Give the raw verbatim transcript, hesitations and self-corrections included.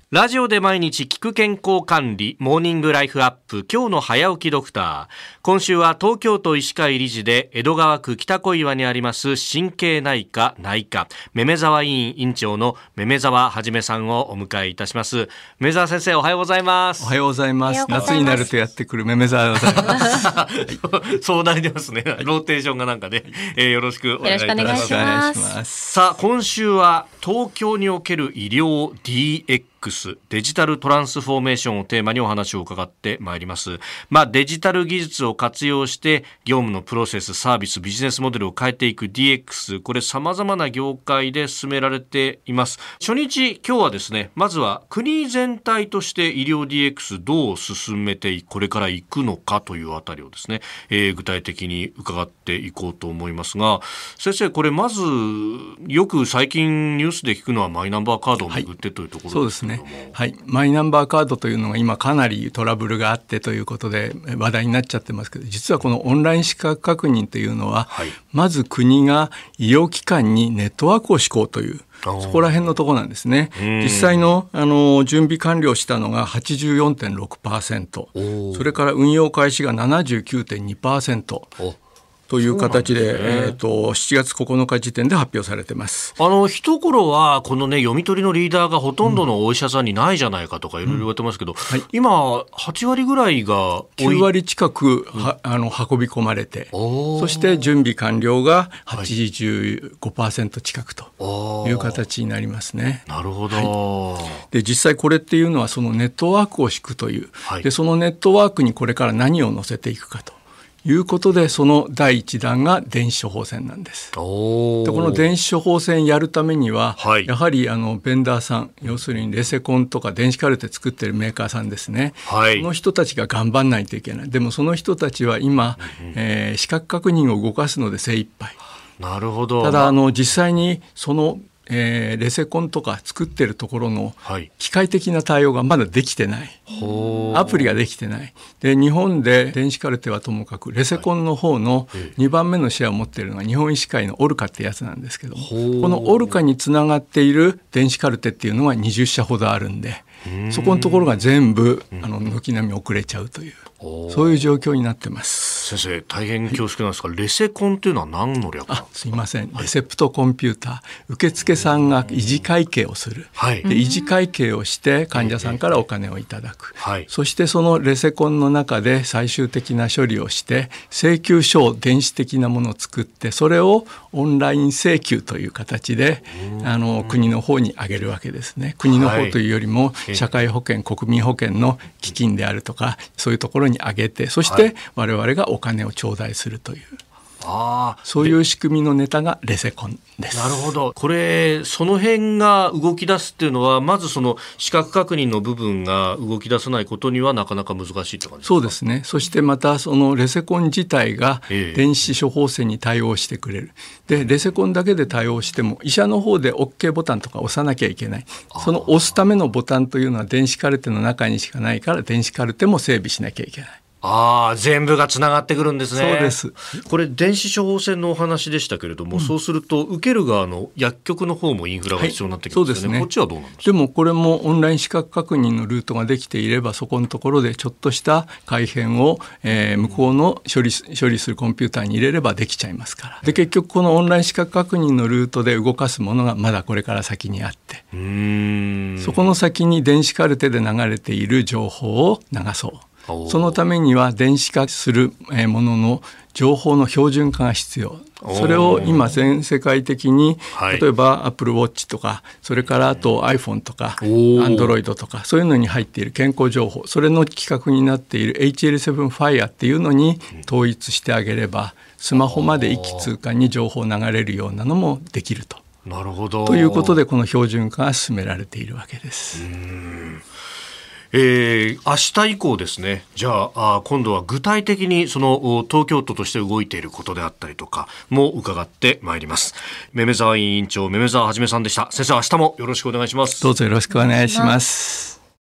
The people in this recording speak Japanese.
ラジオで毎日聞く健康管理モーニングライフアップ、今日の早起きドクター。今週は東京都医師会理事で江戸川区北小岩にあります神経内科内科めめざわ医院院長のめめざわはじめさんをお迎えいたします。めめざわ先生、おはようございます。 おはようございます。夏になるとやってくるめめざわでございますそうなりますね。ローテーションがなんかね、えー、よろしくお願いいたします。 よろしくお願いします。 さあ、今週は東京における医療 ディーエックス デジタルトランスフォーメーションをテーマにお話を伺ってまいります。まあ、デジタル技術を活用して業務のプロセス、サービス、ビジネスモデルを変えていく ディーエックス、 これ様々な業界で進められています。初日、今日はですね、まずは国全体として医療 ディーエックス どう進めてこれからいくのかというあたりをですね、えー、具体的に伺っていこうと思いますが、先生、これまずよく最近ニュースで聞くのはマイナンバーカードをめぐってというところですけれども、 はい、そうですね。はい、マイナンバーカードというのが今かなりトラブルがあってということで話題になっちゃってますけど、実はこのオンライン資格確認というのは、はい、まず国が医療機関にネットワークを施行という、そこら辺のところなんですね。実際 の, あの準備完了したのが はちじゅうよんてんろくパーセント、 それから運用開始が ななじゅうきゅうてんにパーセントという形 で, で、ねえー、としちがつここのか時点で発表されてます。 あの一頃はこの、ね、読み取りのリーダーがほとんどのお医者さんにないじゃないかとかいろいろ言われてますけど、うんはい、今はちわりぐらいがきゅうわり近くは、うん、あの運び込まれて、そして準備完了が はちじゅうごパーセント 近くという形になりますね。 なるほど、 はい、で実際これっていうのはそのネットワークを敷くという、はい、でそのネットワークにこれから何を載せていくかということで、その第一弾が電子処方箋なんです。でこの電子処方箋やるためには、はい、やはりあのベンダーさん、要するにレセコンとか電子カルテ作ってるメーカーさんですね、はい、その人たちが頑張んないといけない。でもその人たちは今、うんえー、資格確認を動かすので精一杯。 なるほど。 ただあの実際にそのえー、レセコンとか作ってるところの機械的な対応がまだできてない、はい、アプリができてない。で日本で電子カルテはともかくレセコンの方のにばんめのシェアを持っているのが日本医師会のオルカってやつなんですけども、このオルカにつながっている電子カルテっていうのはにじゅっしゃほどあるんで、そこのところが全部あの軒並み遅れちゃうという、そういう状況になってます。 先生、大変恐縮なんですが、はい、レセコンというのは何の略？ あ、すいません、レセプトコンピューター、受付さんが維持会計をする、はい、で維持会計をして患者さんからお金をいただく、はい、そしてそのレセコンの中で最終的な処理をして請求書を電子的なものを作って、それをオンライン請求という形であの国の方に上げるわけですね。国の方というよりも社会保険、国民保険の基金であるとか、そういうところに上げて、そして我々がお金を頂戴するという、あそういう仕組みのネタがレセコンです。 なるほど。これその辺が動き出すっていうのは、まずその資格確認の部分が動き出さないことにはなかなか難しいって感じですか？ そうですね。そしてまたそのレセコン自体が電子処方箋に対応してくれる。でレセコンだけで対応しても医者の方で OK ボタンとか押さなきゃいけない。その押すためのボタンというのは電子カルテの中にしかないから、電子カルテも整備しなきゃいけない。 ああ、全部がつながってくるんですね。 そうです。 これ電子処方箋のお話でしたけれども、うん、そうすると受ける側の薬局の方もインフラが必要になってきますよね。はい、そうですね。こっちはどうなんですか？ でもこれもオンライン資格確認のルートができていれば、そこのところでちょっとした改変を、えー、向こうの処理、処理するコンピューターに入れればできちゃいますから。で結局このオンライン資格確認のルートで動かすものがまだこれから先にあって、うーんそこの先に電子カルテで流れている情報を流そう。そのためには電子化するものの情報の標準化が必要。それを今全世界的に、例えば Apple Watch とか、それからあと iPhone とか Android とか、そういうのに入っている健康情報、それの規格になっている エイチエルセブン Fire っていうのに統一してあげれば、スマホまで一気通貫に情報流れるようなのもできると。 なるほど。 ということでこの標準化が進められているわけです。 うーんえー、明日以降ですね、じゃあ、あ今度は具体的にその東京都として動いていることであったりとかも伺ってまいります。めめざわ委員長、めめざわはじめさんでした。先生、明日もよろしくお願いします。 どうぞよろしくお願いします。